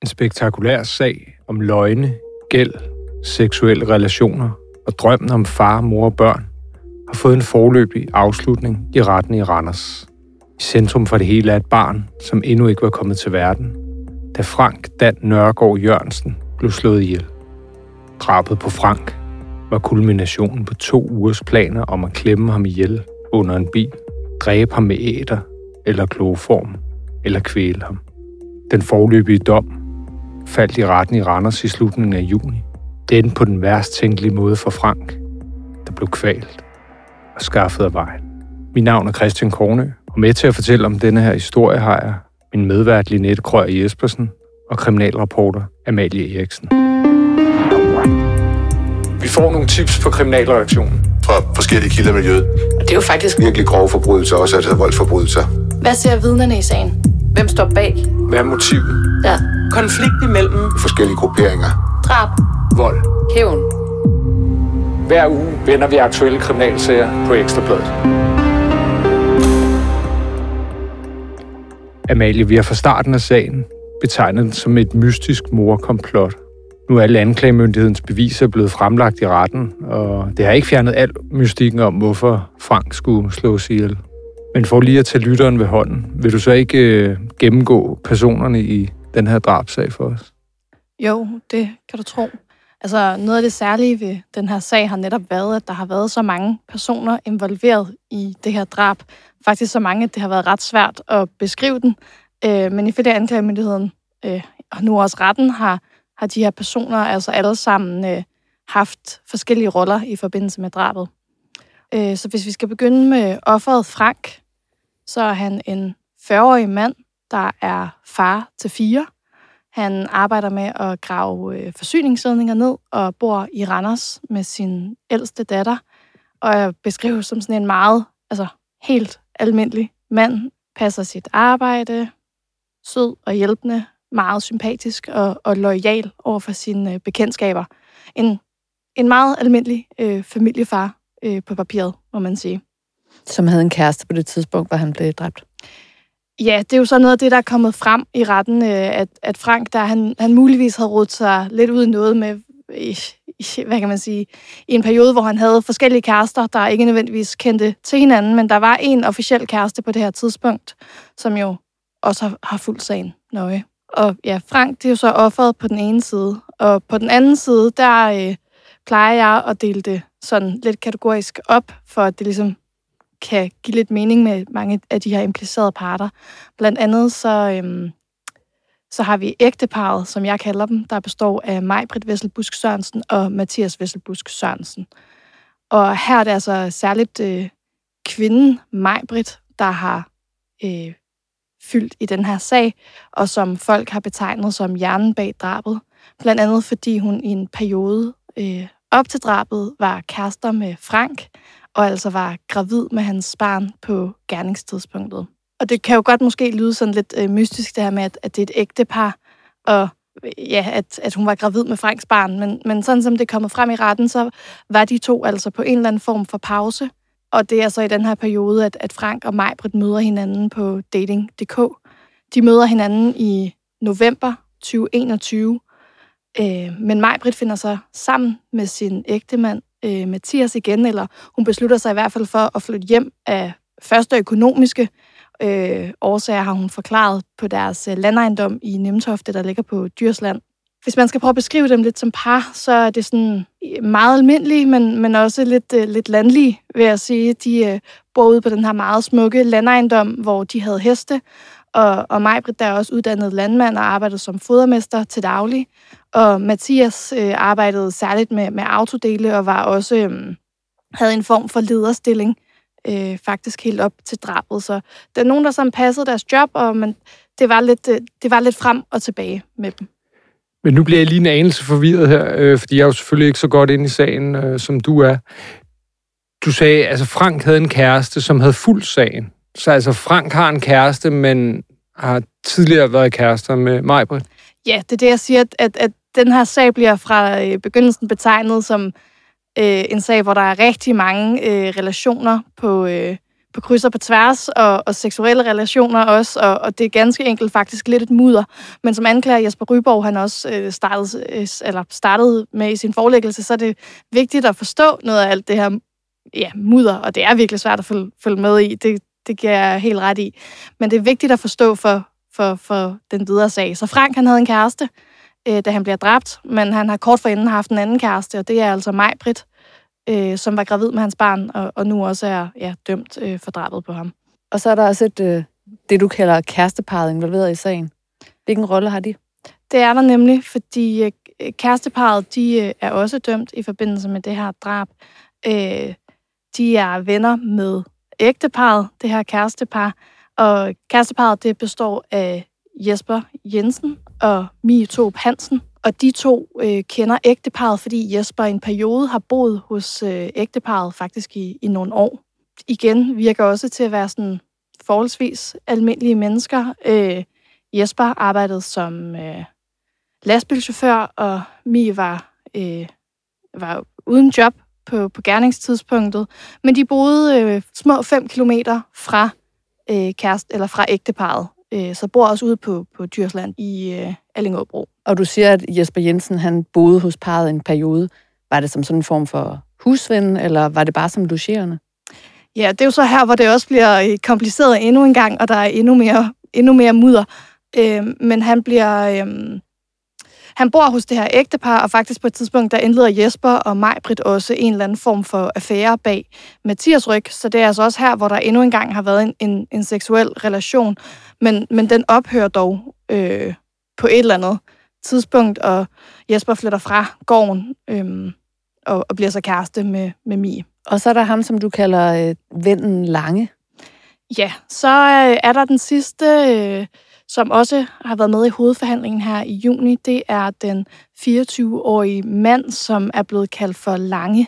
En spektakulær sag om løgne, gæld, seksuelle relationer og drømmen om far, mor og børn har fået en foreløbig afslutning i retten i Randers. I centrum for det hele er et barn, som endnu ikke var kommet til verden, da Frank Dan Nørgaard Jørgensen blev slået ihjel. Drabet på Frank var kulminationen på 2 ugers planer om at klemme ham ihjel under en bil, dræbe ham med æter eller kloform eller kvæle ham. Den foreløbige dom faldt i retten i Randers i slutningen af juni. Det endte på den værst tænkelige måde for Frank, der blev kvalt og skaffet af vejen. Mit navn er Christian Kornø, og med til at fortælle om denne her historie har jeg min medvært Linette Krøyer Jespersen og kriminalreporter Amalie Eriksen. Vi får nogle tips på kriminalreaktionen fra forskellige kilder i miljøet. Og det er jo faktisk virkelig grove forbrydelser, også altså voldsforbrydelser. Hvad ser vidnerne i sagen? Hvem står bag? Hvad er motivet? Ja. Konflikt imellem forskellige grupperinger. Drab. Vold. Hævn. Hver uge vender vi aktuelle kriminalsager på Ekstra Bladet. Amalie, vi har fra starten af sagen betegnet den som et mystisk mordkomplot. Nu er alle anklagemyndighedens beviser blevet fremlagt i retten, og det har ikke fjernet al mystikken om, hvorfor Frank skulle slås ihjel. Men for lige at tage lytteren ved hånden, vil du så ikke gennemgå personerne i den her drabsag for os? Jo, det kan du tro. Altså, noget af det særlige ved den her sag har netop været, at der har været så mange personer involveret i det her drab. Faktisk så mange, at det har været ret svært at beskrive den. Men ifølge anklagemyndigheden, og nu også retten, har de her personer altså alle sammen haft forskellige roller i forbindelse med drabet. Så hvis vi skal begynde med offeret Frank, så er han en 40-årig mand, der er far til 4. Han arbejder med at grave forsyningsledninger ned og bor i Randers med sin ældste datter. Og beskrives som sådan en meget, helt almindelig mand. Passer sit arbejde, sød og hjælpende, meget sympatisk og loyal over for sine bekendtskaber. En meget almindelig familiefar på papiret, må man sige. Som havde en kæreste på det tidspunkt, hvor han blev dræbt. Ja, det er jo så noget af det, der er kommet frem i retten, at Frank, der han muligvis havde rodet sig lidt ud i noget med, hvad kan man sige, i en periode, hvor han havde forskellige kærester, der ikke nødvendigvis kendte til hinanden, men der var en officiel kæreste på det her tidspunkt, som jo også har fulgt sagen nøje. Og ja, Frank, det er jo så offeret på den ene side, og på den anden side, der plejer jeg at dele det sådan lidt kategorisk op, for at det ligesom kan give lidt mening med mange af de her implicerede parter. Blandt andet så har vi ægteparret, som jeg kalder dem, der består af Maj-Britt Wesselbusk Sørensen og Mathias Wesselbusk Sørensen. Og her er det altså særligt kvinden Maj-Britt, der har fyldt i den her sag, og som folk har betegnet som hjernen bag drabet. Blandt andet fordi hun i en periode op til drabet var kærester med Frank, og altså var gravid med hans barn på gerningstidspunktet. Og det kan jo godt måske lyde sådan lidt mystisk, det her med, at det er et ægtepar, og ja, at hun var gravid med Franks barn. Men sådan som det er kommet frem i retten, så var de to altså på en eller anden form for pause. Og det er så i den her periode, at Frank og Maj-Britt møder hinanden på dating.dk. De møder hinanden i november 2021. Men Maj-Britt finder sig sammen med sin ægtemand Mathias igen, eller hun beslutter sig i hvert fald for at flytte hjem af første økonomiske årsager, har hun forklaret, på deres landejendom i Nimtofte, der ligger på Djursland. Hvis man skal prøve at beskrive dem lidt som par, så er det sådan meget almindelige, men også lidt landlige, vil jeg sige. De bor ude på den her meget smukke landejendom, hvor de havde heste, og Maj-Britt der er også uddannet landmand og arbejdede som fodermester til daglig. Og Mathias arbejdede særligt med autodele og var også havde en form for lederstilling, faktisk helt op til drabet. Så der er nogen, der sådan passede deres job, men det var lidt frem og tilbage med dem. Men nu bliver jeg lige en anelse forvirret her, fordi jeg er jo selvfølgelig ikke så godt inde i sagen, som du er. Du sagde, altså Frank havde en kæreste, som havde fulgt sagen. Så altså Frank har en kæreste, men har tidligere været kærester med Maj-Britt? Ja, det er det, jeg siger, at den her sag bliver fra begyndelsen betegnet som en sag, hvor der er rigtig mange relationer på kryds og på tværs, og seksuelle relationer også, og det er ganske enkelt faktisk lidt et mudder. Men som anklager Jesper Ryborg, han også startede med i sin forelæggelse, så er det vigtigt at forstå noget af alt det her mudder, og det er virkelig svært at følge med i. Det giver jeg helt ret i. Men det er vigtigt at forstå for den videre sag. Så Frank, han havde en kæreste, da han bliver dræbt, men han har kort forinden haft en anden kæreste, og det er altså Maj-Britt, som var gravid med hans barn, og nu også er dømt for drabet på ham. Og så er der også det, du kalder kæresteparret involveret i sagen. Hvilken rolle har de? Det er der nemlig, fordi kæresteparret, de er også dømt i forbindelse med det her drab. De er venner med ægteparret, det her kærestepar, og kæresteparret, det består af Jesper Jensen og Mie Thorup Hansen. Og de to kender ægteparret, fordi Jesper i en periode har boet hos ægteparret faktisk i nogle år. Igen virker også til at være sådan forholdsvis almindelige mennesker. Jesper arbejdede som lastbilchauffør, og Mie var uden job på gerningstidspunktet. Men de boede små 5 kilometer fra fra ægteparret. Så bor også ude på Djursland i Allingåbro. Og du siger, at Jesper Jensen han boede hos parret en periode. Var det som sådan en form for husven, eller var det bare som logerende? Ja, det er jo så her, hvor det også bliver kompliceret endnu en gang, og der er endnu mere mudder. Men han bor hos det her ægtepar, og faktisk på et tidspunkt, der indleder Jesper og Maj-Britt også en eller anden form for affære bag Mathias ryg. Så det er altså også her, hvor der endnu engang har været en seksuel relation. Men den ophører dog på et eller andet tidspunkt, og Jesper flytter fra gården og bliver så kæreste med Mie. Og så er der ham, som du kalder vennen Lange. Ja, så er der den sidste, som også har været med i hovedforhandlingen her i juni. Det er den 24-årige mand, som er blevet kaldt for Lange.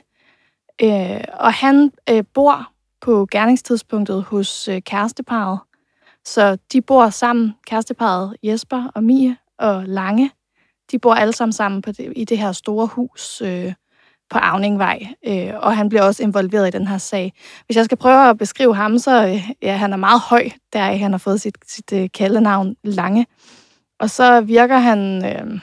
Og han bor på gerningstidspunktet hos kæresteparret. Så de bor sammen, kæresteparret Jesper og Mie og Lange. De bor alle sammen i det her store hus på Avningvej, og han bliver også involveret i den her sag. Hvis jeg skal prøve at beskrive ham, så han er meget høj, der han har fået sit kaldenavn Lange. Og så virker han,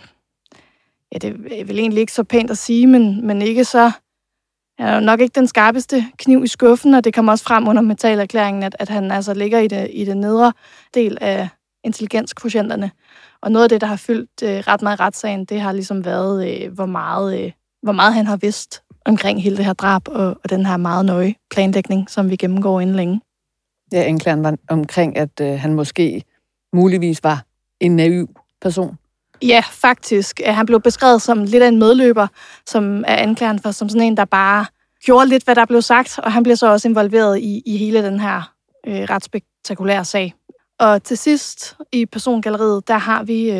det er vel egentlig ikke så pænt at sige, men ikke så, han er nok ikke den skarpeste kniv i skuffen, og det kommer også frem under metalerklæringen, at han altså ligger i det nedre del af intelligenskvotienterne. Og noget af det, der har fyldt ret meget i retssagen, det har ligesom været, hvor meget han har vidst omkring hele det her drab og den her meget nøje planlægning, som vi gennemgår inden længe. Ja, anklageren var omkring, at han måske muligvis var en naiv person. Ja, faktisk. Han blev beskrevet som lidt af en medløber, som er anklageren for, som sådan en, der bare gjorde lidt, hvad der blev sagt, og han blev så også involveret i hele den her ret spektakulære sag. Og til sidst i persongalleriet, der har vi,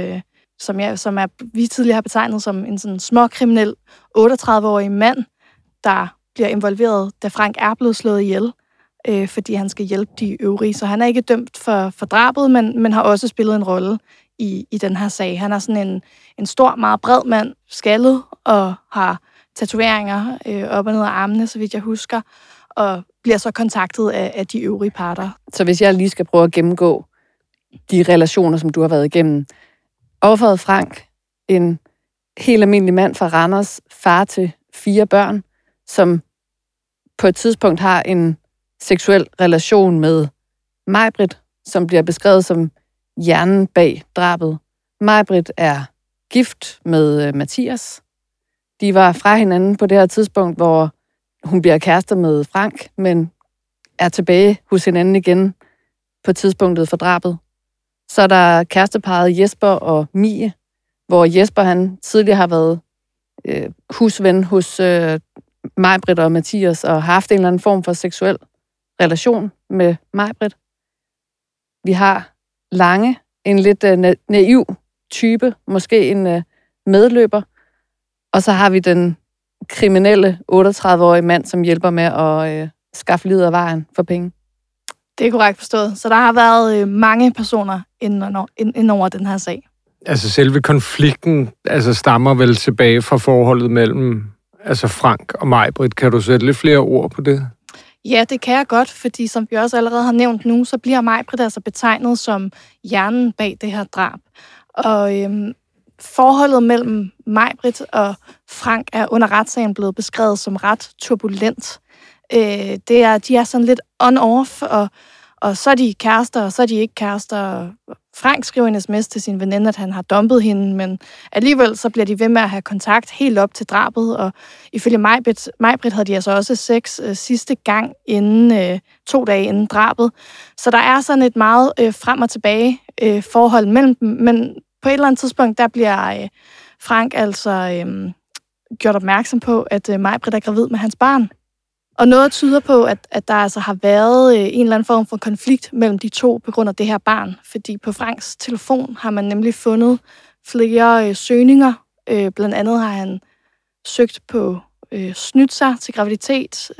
vi tidligere har betegnet som en sådan småkriminel 38-årig mand, der bliver involveret, da Frank er blevet slået ihjel, fordi han skal hjælpe de øvrige. Så han er ikke dømt for drabet, men har også spillet en rolle i den her sag. Han er sådan en stor, meget bred mand, skaldet, og har tatoveringer op og ned af armene, så vidt jeg husker, og bliver så kontaktet af de øvrige parter. Så hvis jeg lige skal prøve at gennemgå de relationer, som du har været igennem. Offeret Frank, en helt almindelig mand fra Randers, far til 4 børn, som på et tidspunkt har en seksuel relation med Maj-Britt, som bliver beskrevet som hjernen bag drabet. Maj-Britt er gift med Mathias. De var fra hinanden på det her tidspunkt, hvor hun bliver kærester med Frank, men er tilbage hos hinanden igen på tidspunktet for drabet. Så er der kæresteparret Jesper og Mie, hvor Jesper han tidligere har været husven hos Maj-Britt og Mathias, og har haft en eller anden form for seksuel relation med Maj-Britt. Vi har Lange, en lidt naiv type, måske en medløber. Og så har vi den kriminelle 38-årige mand, som hjælper med at skaffe livet af vejen for penge. Det er korrekt forstået. Så der har været mange personer inden over den her sag. Altså selve konflikten stammer vel tilbage fra forholdet mellem Frank og Maj-Britt. Kan du sætte lidt flere ord på det? Ja, det kan jeg godt, fordi som vi også allerede har nævnt nu, så bliver Maj-Brit altså betegnet som hjernen bag det her drab. Og forholdet mellem Maj-Brit og Frank er under retssagen blevet beskrevet som ret turbulent. De er sådan lidt on-off, og så er de kærester, og så er de ikke kærester. Frank skriver en sms til sin veninde, at han har dumpet hende, men alligevel så bliver de ved med at have kontakt helt op til drabet, og ifølge Maj-Brit havde de altså også sex sidste gang inden 2 dage inden drabet. Så der er sådan et meget frem og tilbage forhold mellem dem, men på et eller andet tidspunkt, der bliver Frank altså gjort opmærksom på, at Maj-Brit er gravid med hans barn. Og noget tyder på, at der altså har været en eller anden form for konflikt mellem de to på grund af det her barn. Fordi på Franks telefon har man nemlig fundet flere søgninger. Blandt andet har han søgt på snydt sig til graviditet,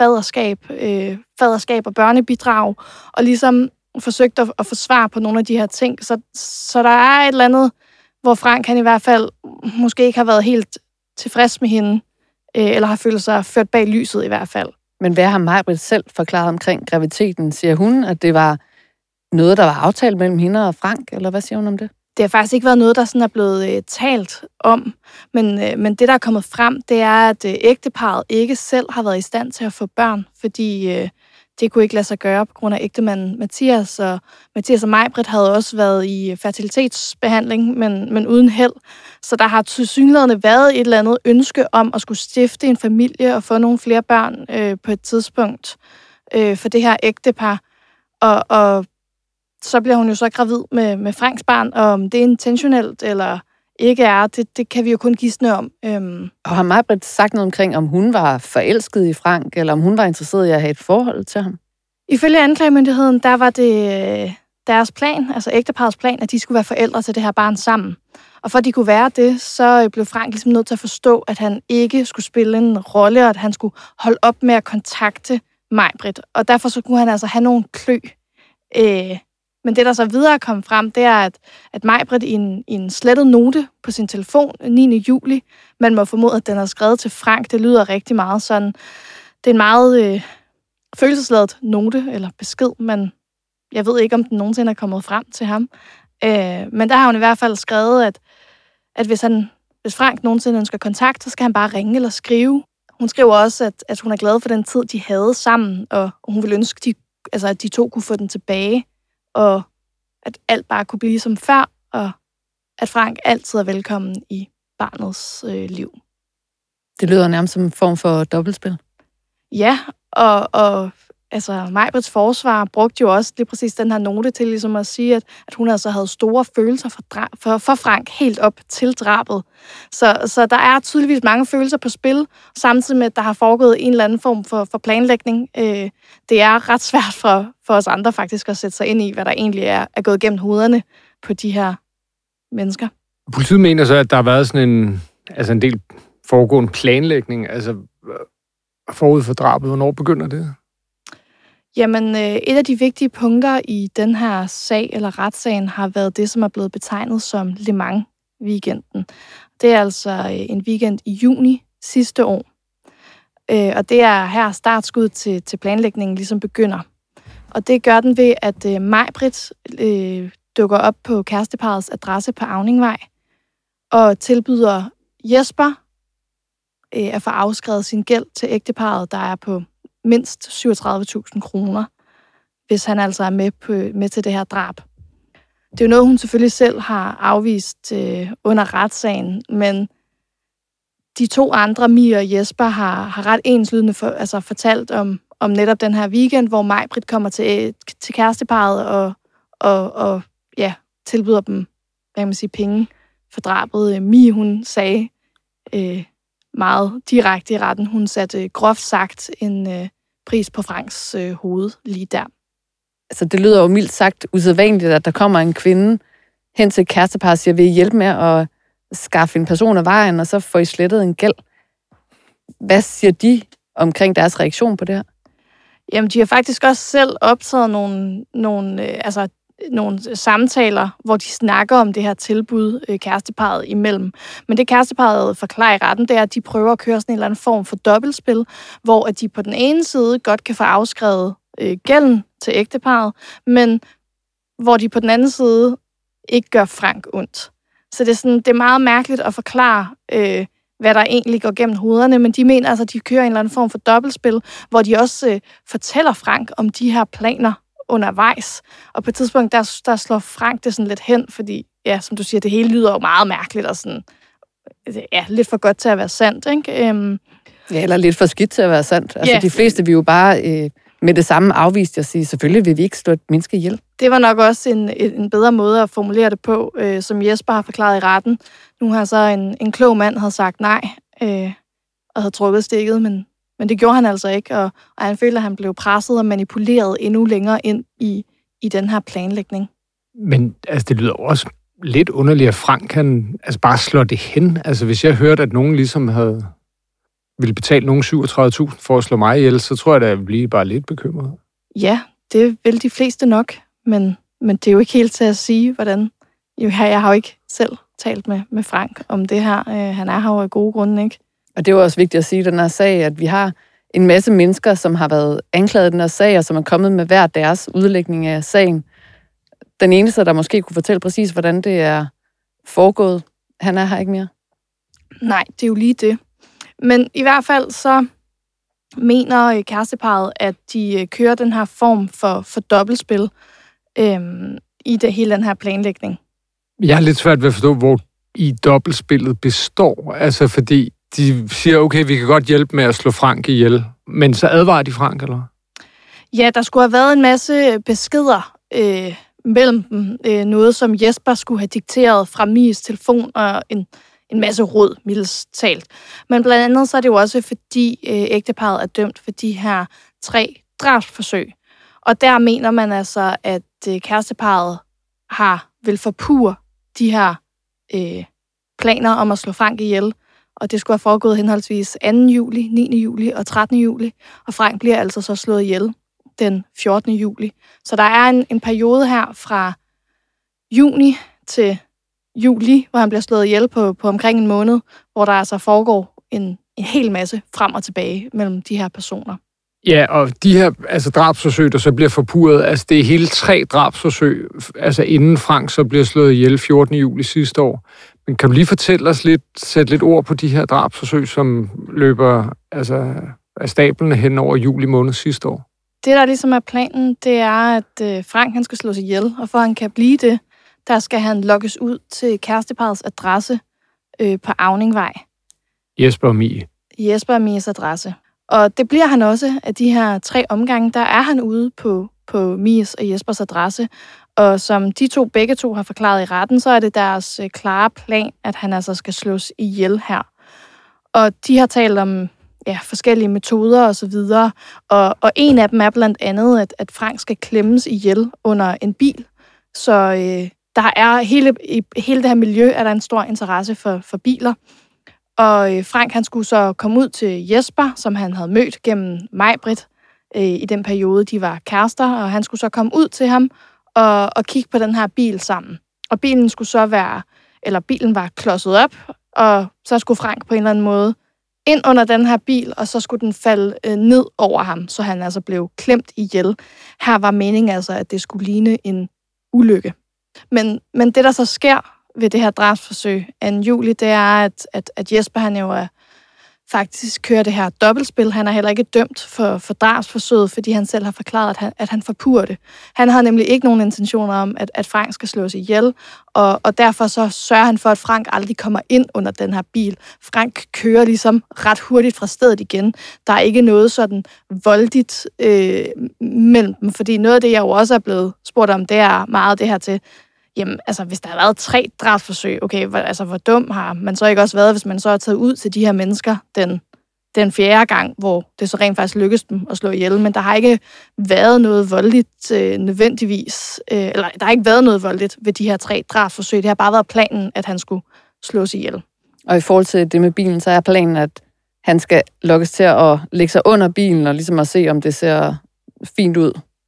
faderskab og børnebidrag, og ligesom forsøgt at få svar på nogle af de her ting. Så der er et eller andet, hvor Frank han i hvert fald måske ikke har været helt tilfreds med hende, eller har følt sig ført bag lyset i hvert fald. Men hvad har Maj-Brit selv forklaret omkring graviditeten? Siger hun, at det var noget, der var aftalt mellem hende og Frank, eller hvad siger hun om det? Det har faktisk ikke været noget, der sådan er blevet talt om, men det, der er kommet frem, det er, at ægteparret ikke selv har været i stand til at få børn, fordi det kunne ikke lade sig gøre på grund af ægtemanden Mathias, og Mathias og Maj-Brit havde også været i fertilitetsbehandling, men uden held. Så der har tilsyneladende været et eller andet ønske om at skulle stifte en familie og få nogle flere børn på et tidspunkt for det her ægtepar. Og så bliver hun jo så gravid med Franks barn, og om det er intentionelt eller ikke er, det kan vi jo kun gisne om. Og har Maj-Brit sagt noget omkring, om hun var forelsket i Frank, eller om hun var interesseret i at have et forhold til ham? Ifølge anklagemyndigheden, der var det deres plan, altså ægteparrets plan, at de skulle være forældre til det her barn sammen. Og for at de kunne være det, så blev Frank ligesom nødt til at forstå, at han ikke skulle spille en rolle, og at han skulle holde op med at kontakte Maj-Brit. Og derfor så kunne han altså have nogle klø. Men det, der så videre kom frem, det er, at Maj-Brit i en slettet note på sin telefon 9. juli, man må formode, at den er skrevet til Frank. Det lyder rigtig meget sådan. Det er en meget følelsesladet note eller besked, men jeg ved ikke, om den nogensinde er kommet frem til ham. Men der har hun i hvert fald skrevet, at hvis Frank nogensinde ønsker kontakt, så skal han bare ringe eller skrive. Hun skriver også, at hun er glad for den tid, de havde sammen, og hun ville ønske, at de to kunne få den tilbage, og at alt bare kunne blive som før, og at Frank altid er velkommen i barnets liv. Det lyder nærmest som en form for dobbeltspil. Ja, og altså Maj-Brits forsvar brugte jo også lige præcis den her note til ligesom at sige, at hun altså havde store følelser for Frank helt op til drabet. Så der er tydeligvis mange følelser på spil, samtidig med, at der har foregået en eller anden form for planlægning. Det er ret svært for os andre faktisk at sætte sig ind i, hvad der egentlig er gået gennem hovederne på de her mennesker. Politiet mener så, at der har været sådan en del foregående planlægning, altså forud for drabet. Hvornår begynder det? Jamen, et af de vigtige punkter i den her sag, eller retssagen, har været det, som er blevet betegnet som Le Mans-weekenden. Det er altså en weekend i juni sidste år. Og det er her startskud til planlægningen ligesom begynder. Og det gør den ved, at Maj-Brit dukker op på kæresteparrets adresse på Auningvej og tilbyder Jesper at få afskrevet sin gæld til ægteparret, der er på mindst 37.000 kroner, hvis han altså er med til det her drab. Det er jo noget, hun selvfølgelig selv har afvist under retssagen, men de to andre, Mia og Jesper, har ret enslydende fortalt om netop den her weekend, hvor Maj-Brit kommer til kæresteparret og tilbyder dem penge for drabet. Mia, hun sagde meget direkte i retten. Hun satte groft sagt en pris på Franks hoved lige der. Altså, det lyder jo mildt sagt usædvanligt, at der kommer en kvinde hen til kærestepar og siger, vil I hjælpe med at skaffe en person af vejen, og så får I slettet en gæld. Hvad siger de omkring deres reaktion på det her? Jamen, de har faktisk også selv optaget nogle nogle samtaler, hvor de snakker om det her tilbud, kæresteparret imellem. Men det kæresteparret forklarer i retten, det er, at de prøver at køre sådan en eller anden form for dobbeltspil, hvor at de på den ene side godt kan få afskrevet gælden til ægteparret, men hvor de på den anden side ikke gør Frank ondt. Så det er meget mærkeligt at forklare, hvad der egentlig går gennem hovederne, men de mener altså, at de kører en eller anden form for dobbeltspil, hvor de også fortæller Frank om de her planer undervejs. Og på et tidspunkt, der slår Frank det sådan lidt hen, fordi, ja, som du siger, det hele lyder jo meget mærkeligt og sådan, ja, lidt for godt til at være sandt, ikke? Ja, eller lidt for skidt til at være sandt. Altså, de fleste vil jo bare med det samme afvist at sige, selvfølgelig vil vi ikke slå et menneske ihjel. Det var nok også en bedre måde at formulere det på, som Jesper har forklaret i retten. Nu har så en klog mand havde sagt nej, og havde trukket stikket, men det gjorde han altså ikke, og han følte, at han blev presset og manipuleret endnu længere ind i den her planlægning. Men altså, det lyder også lidt underligt, at Frank kan altså bare slå det hen. Altså, hvis jeg hørte, at nogen ligesom ville betale nogen 37.000 for at slå mig ihjel, så tror jeg, at jeg bliver bare lidt bekymret. Ja, det vil de fleste nok, men det er jo ikke helt til at sige, hvordan. Jeg har jo ikke selv talt med Frank om det her. Han er her jo af gode grunde, ikke? Og det er jo også vigtigt at sige i den her sag, at vi har en masse mennesker, som har været anklaget i den her sag, og som er kommet med hver deres udlægning af sagen. Den eneste, der måske kunne fortælle præcis, hvordan det er foregået, han er her ikke mere. Nej, det er jo lige det. Men i hvert fald så mener kæresteparret, at de kører den her form for dobbeltspil i hele den her planlægning. Jeg har lidt svært ved at forstå, hvor i dobbeltspillet består. Altså fordi de siger, okay, vi kan godt hjælpe med at slå Frank ihjel, men så advarer de Frank, eller? Ja, der skulle have været en masse beskeder mellem dem. Noget, som Jesper skulle have dikteret fra Mies telefon og en masse råd, mildest talt. Men blandt andet så er det jo også, fordi ægteparret er dømt for de her 3 drabsforsøg. Og der mener man altså, at kæresteparret vil forpure de her planer om at slå Frank ihjel. Og det skulle have foregået henholdsvis 2. juli, 9. juli og 13. juli. Og Frank bliver altså så slået ihjel den 14. juli. Så der er en periode her fra juni til juli, hvor han bliver slået ihjel på omkring en måned, hvor der altså foregår en hel masse frem og tilbage mellem de her personer. Ja, og de her drabsforsøg, der så bliver forpurret, altså det er hele 3 drabsforsøg, altså inden Frank så bliver slået ihjel 14. juli sidste år. Men kan du lige fortælle os sætte lidt ord på de her drabsforsøg, som løber af stablene hen over juli måned sidste år? Det, der ligesom er planen, det er, at Frank han skal slås ihjel, og for at han kan blive det, der skal han lokkes ud til kæresteparrets adresse på Auningvej. Jesper og Mie. Jesper og Mies adresse. Og det bliver han også af de her 3 omgange. Der er han ude på Mies og Jespers adresse. Og som de begge to har forklaret i retten, så er det deres klare plan, at han altså skal slås ihjel her. Og de har talt om forskellige metoder og så videre. Og en af dem er blandt andet, at Frank skal klemmes ihjel under en bil. Så der er i hele det her miljø er der en stor interesse for biler. Og Frank han skulle så komme ud til Jesper, som han havde mødt gennem Maj-Britt i den periode, de var kærester. Og han skulle så komme ud til ham og kigge på den her bil sammen. Og bilen var klodset op, og så skulle Frank på en eller anden måde ind under den her bil, og så skulle den falde ned over ham, så han altså blev klemt ihjel. Her var meningen altså, at det skulle ligne en ulykke. Men det, der så sker ved det her drabsforsøg 2. juli, det er, at Jesper han jo faktisk kører det her dobbeltspil. Han er heller ikke dømt for drabsforsøget, fordi han selv har forklaret, at han forpurer det. Han har nemlig ikke nogen intentioner om, at Frank skal slås ihjel, og derfor så sørger han for, at Frank aldrig kommer ind under den her bil. Frank kører ligesom ret hurtigt fra stedet igen. Der er ikke noget sådan voldigt mellem dem, fordi noget af det, jeg jo også er blevet spurgt om, det er meget det her til, jamen, altså, hvis der har været 3 drabsforsøg, okay, hvor dum har man så ikke også været, hvis man så har taget ud til de her mennesker den 4. gang, hvor det så rent faktisk lykkedes dem at slå ihjel, men der har ikke været noget voldeligt nødvendigvis, eller der har ikke været noget voldeligt ved de her 3 drabsforsøg. Det har bare været planen, at han skulle slås ihjel. Og i forhold til det med bilen, så er planen, at han skal lokkes til at lægge sig under bilen, og ligesom at se, om det ser fint ud.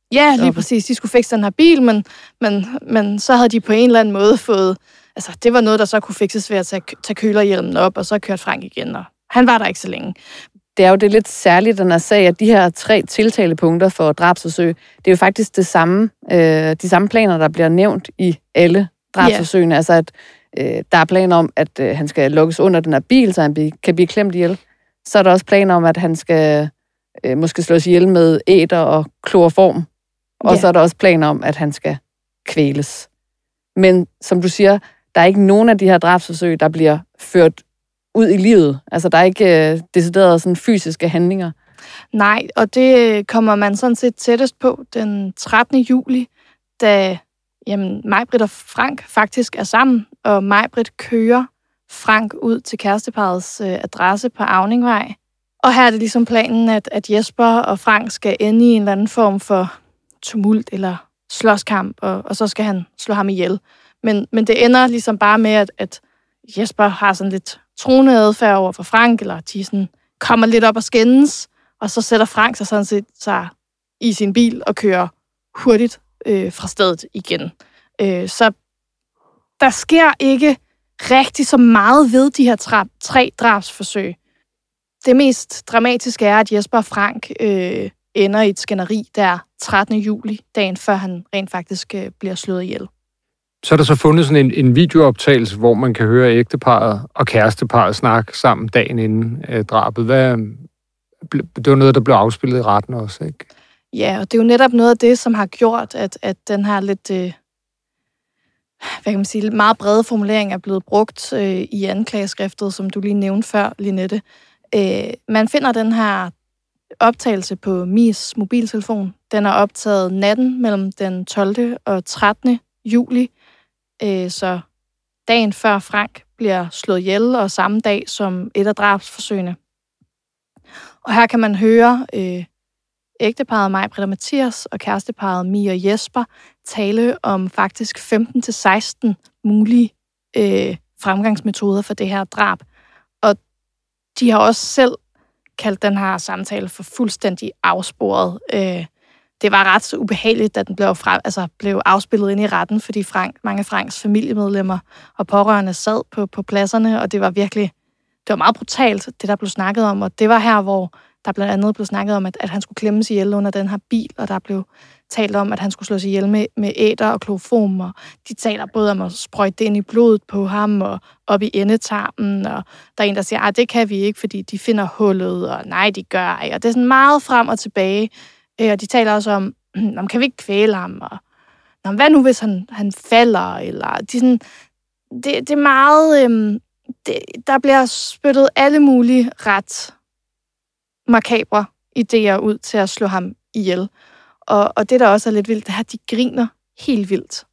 Ja, lige præcis. De skulle fikse den her bil, men så havde de på en eller anden måde fået... Altså, det var noget, der så kunne fikses ved at tage kølerhjelmen op, og så kørte Frank igen, og han var der ikke så længe. Det er jo det lidt særligt, den her sag, at de her 3 tiltalepunkter for drabsforsøg, det er jo faktisk de samme planer, der bliver nævnt i alle drabsforsøgene. Yeah. Altså, at der er planer om, at han skal lukkes under den her bil, så han kan blive klemt ihjel. Så er der også planer om, at han skal måske slås ihjel med æter og kloroform. Og så er der også planer om, at han skal kvæles. Men som du siger, der er ikke nogen af de her drabsforsøg, der bliver ført ud i livet. Altså, der er ikke decideret sådan fysiske handlinger. Nej, og det kommer man sådan set tættest på den 13. juli, da Maj-Britt og Frank faktisk er sammen, og Maj-Britt kører Frank ud til kæresteparrets adresse på Auningvej. Og her er det ligesom planen, at Jesper og Frank skal ende i en eller anden form for tumult eller slåskamp, og så skal han slå ham ihjel. Men det ender ligesom bare med, at Jesper har sådan lidt truende adfærd over for Frank, eller de sådan kommer lidt op og skændes, og så sætter Frank sig sådan set sig i sin bil og kører hurtigt fra stedet igen. Så der sker ikke rigtig så meget ved de her 3 drabsforsøg. Det mest dramatiske er, at Jesper og Frank ender i et skænderi der 13. juli, dagen før han rent faktisk bliver slået ihjel. Så er der så fundet sådan en videooptagelse, hvor man kan høre ægteparret og kæresteparret snakke sammen dagen inden drabet. Det var noget, der blev afspillet i retten også, ikke? Ja, og det er jo netop noget af det, som har gjort, at den her lidt, hvad kan man sige, meget brede formulering er blevet brugt i anklageskriftet, som du lige nævnte før, Linette. Man finder den her optagelse på Mies mobiltelefon. Den er optaget natten mellem den 12. og 13. juli, så dagen før Frank bliver slået ihjel, og samme dag som et af drabsforsøgene. Og her kan man høre ægteparret Maj-Britt og Mathias og kæresteparret Mie og Jesper tale om faktisk 15-16 mulige fremgangsmetoder for det her drab. Og de har også selv kaldt den her samtale for fuldstændig afsporet. Det var ret så ubehageligt, da den blev afspillet ind i retten, fordi mange af Franks familiemedlemmer og pårørende sad på pladserne, og det var meget brutalt, det der blev snakket om, og det var her, hvor der blandt andet blev snakket om, at han skulle klemmes ihjel under den her bil, og der blev talt om, at han skulle slås ihjel med æter og kloroform, og de taler både om at sprøjte det ind i blodet på ham, og op i endetarmen, og der er en, der siger, det kan vi ikke, fordi de finder hullet, og nej, de gør ej, og det er sådan meget frem og tilbage, og de taler også om, kan vi ikke kvæle ham, og hvad nu, hvis han falder, eller de sådan, det er meget, der bliver spyttet alle mulige ret makabre idéer ud til at slå ham ihjel. Og det, der også er lidt vildt, det er, at de griner helt vildt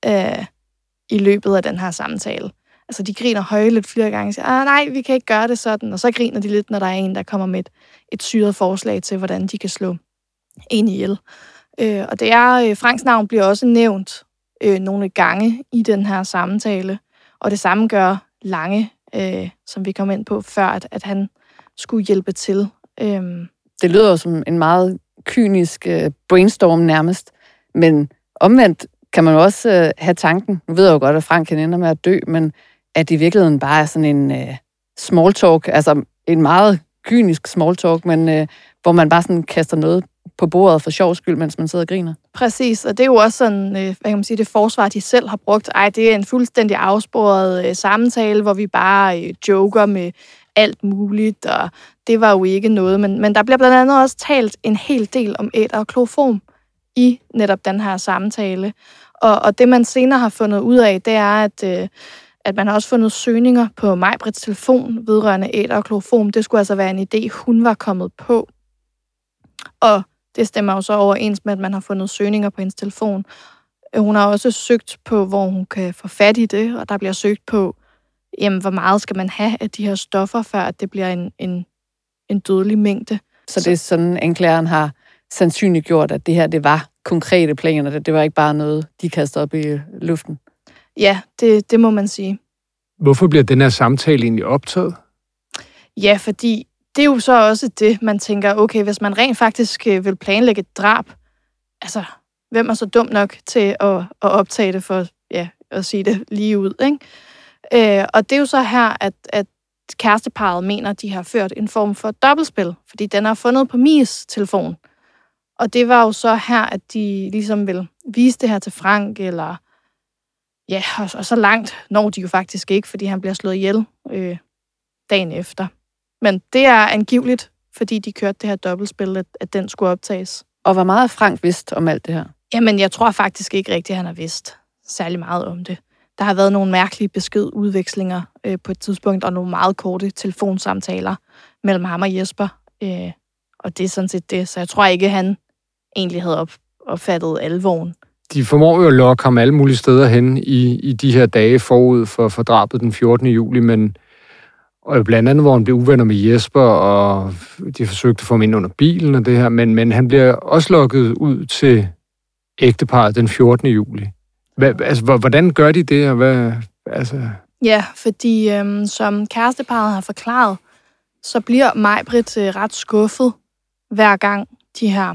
i løbet af den her samtale. Altså, de griner højlydt flere gange og siger, nej, vi kan ikke gøre det sådan. Og så griner de lidt, når der er en, der kommer med et syret forslag til, hvordan de kan slå en ihjel. Og det er, Franks navn bliver også nævnt nogle gange i den her samtale. Og det samme gør Lange, som vi kom ind på før, at han skulle hjælpe til. Det lyder jo som en meget kynisk brainstorm nærmest, men omvendt kan man jo også have tanken, nu ved jeg jo godt, at Frank kan ende med at dø, men at i virkeligheden bare er sådan en small talk, altså en meget kynisk small talk, men hvor man bare sådan kaster noget på bordet for sjov skyld, mens man sidder og griner. Præcis, og det er jo også sådan, hvad kan man sige, det forsvar, de selv har brugt. Det er en fuldstændig afsporet samtale, hvor vi bare joker med alt muligt, og det var jo ikke noget, men der bliver blandt andet også talt en hel del om æter og kloroform i netop den her samtale. Og det, man senere har fundet ud af, det er, at man har også fundet søgninger på Maj-Britts telefon vedrørende æter og kloroform. Det skulle altså være en idé, hun var kommet på. Og det stemmer jo så overens med, at man har fundet søgninger på hendes telefon. Hun har også søgt på, hvor hun kan få fat i det, og der bliver søgt på, jamen, hvor meget skal man have af de her stoffer, før at det bliver en dødelig mængde. Så det er sådan, anklageren har sandsynliggjort, at det her, det var konkrete planer, det var ikke bare noget, de kastede op i luften? Ja, det må man sige. Hvorfor bliver den her samtale egentlig optaget? Ja, fordi det er jo så også det, man tænker, okay, hvis man rent faktisk vil planlægge et drab, altså, hvem er så dum nok til at optage det for, at sige det lige ud, ikke? Og det er jo så her, at kæresteparret mener, at de har ført en form for dobbeltspil, fordi den er fundet på Mies telefon. Og det var jo så her, at de ligesom vil vise det her til Frank, eller ja, og så langt når de jo faktisk ikke, fordi han bliver slået ihjel dagen efter. Men det er angiveligt, fordi de kørte det her dobbeltspil, at den skulle optages. Og hvor meget Frank vidste om alt det her? Jamen, jeg tror faktisk ikke rigtigt, at han har vidst særlig meget om det. Der har været nogle mærkelige beskedudvekslinger på et tidspunkt, og nogle meget korte telefonsamtaler mellem ham og Jesper. Og det er sådan set det. Så jeg tror ikke, han egentlig havde opfattet alvoren. De formår jo at lokke ham alle mulige steder hen i de her dage forud for drabet den 14. juli, men og blandt andet, hvor han blev uvenner med Jesper, og de forsøgte at få ham ind under bilen og det her, men han bliver også lokket ud til ægteparret den 14. juli. Hvordan gør de det? Og Ja, fordi som kæresteparret har forklaret, så bliver Maj-Brit ret skuffet, hver gang de her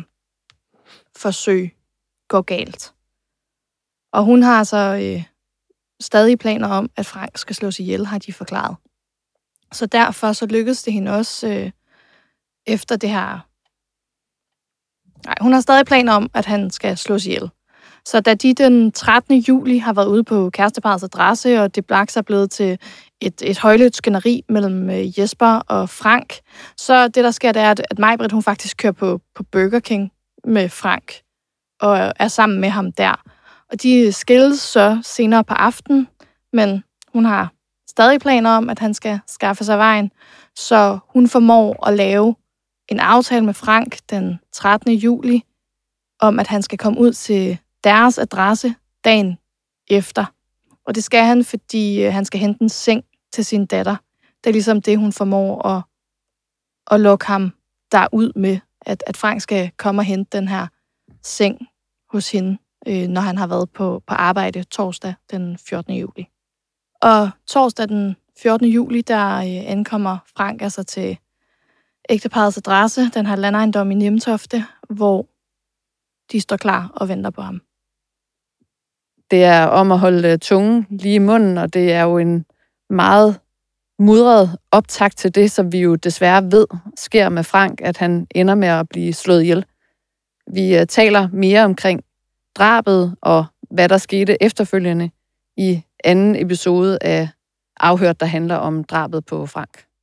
forsøg går galt. Og hun har altså stadig planer om, at Frank skal slås ihjel, har de forklaret. Så derfor så lykkedes det hende også efter det her. Nej, hun har stadig planer om, at han skal slås ihjel. Så da de den 13. juli har været ude på kæresteparrets adresse, og det blaks er blevet til et højlydt skænderi mellem Jesper og Frank, så det, der sker, det er, at Maj-Brit, hun faktisk kører på Burger King med Frank, og er sammen med ham der. Og de skilles så senere på aftenen, men hun har stadig planer om, at han skal skaffe sig vejen, så hun formår at lave en aftale med Frank den 13. juli, om at han skal komme ud til deres adresse dagen efter. Og det skal han, fordi han skal hente en seng til sin datter. Det er ligesom det, hun formår at lukke ham derud med, at Frank skal komme og hente den her seng hos hende, når han har været på arbejde torsdag den 14. juli. Og torsdag den 14. juli, der ankommer Frank altså til ægteparrets adresse, den her landejendom i Nimtofte, hvor de står klar og venter på ham. Det er om at holde tungen lige i munden, og det er jo en meget mudret optakt til det, som vi jo desværre ved sker med Frank, at han ender med at blive slået ihjel. Vi taler mere omkring drabet og hvad der skete efterfølgende i anden episode af Afhørt, der handler om drabet på Frank.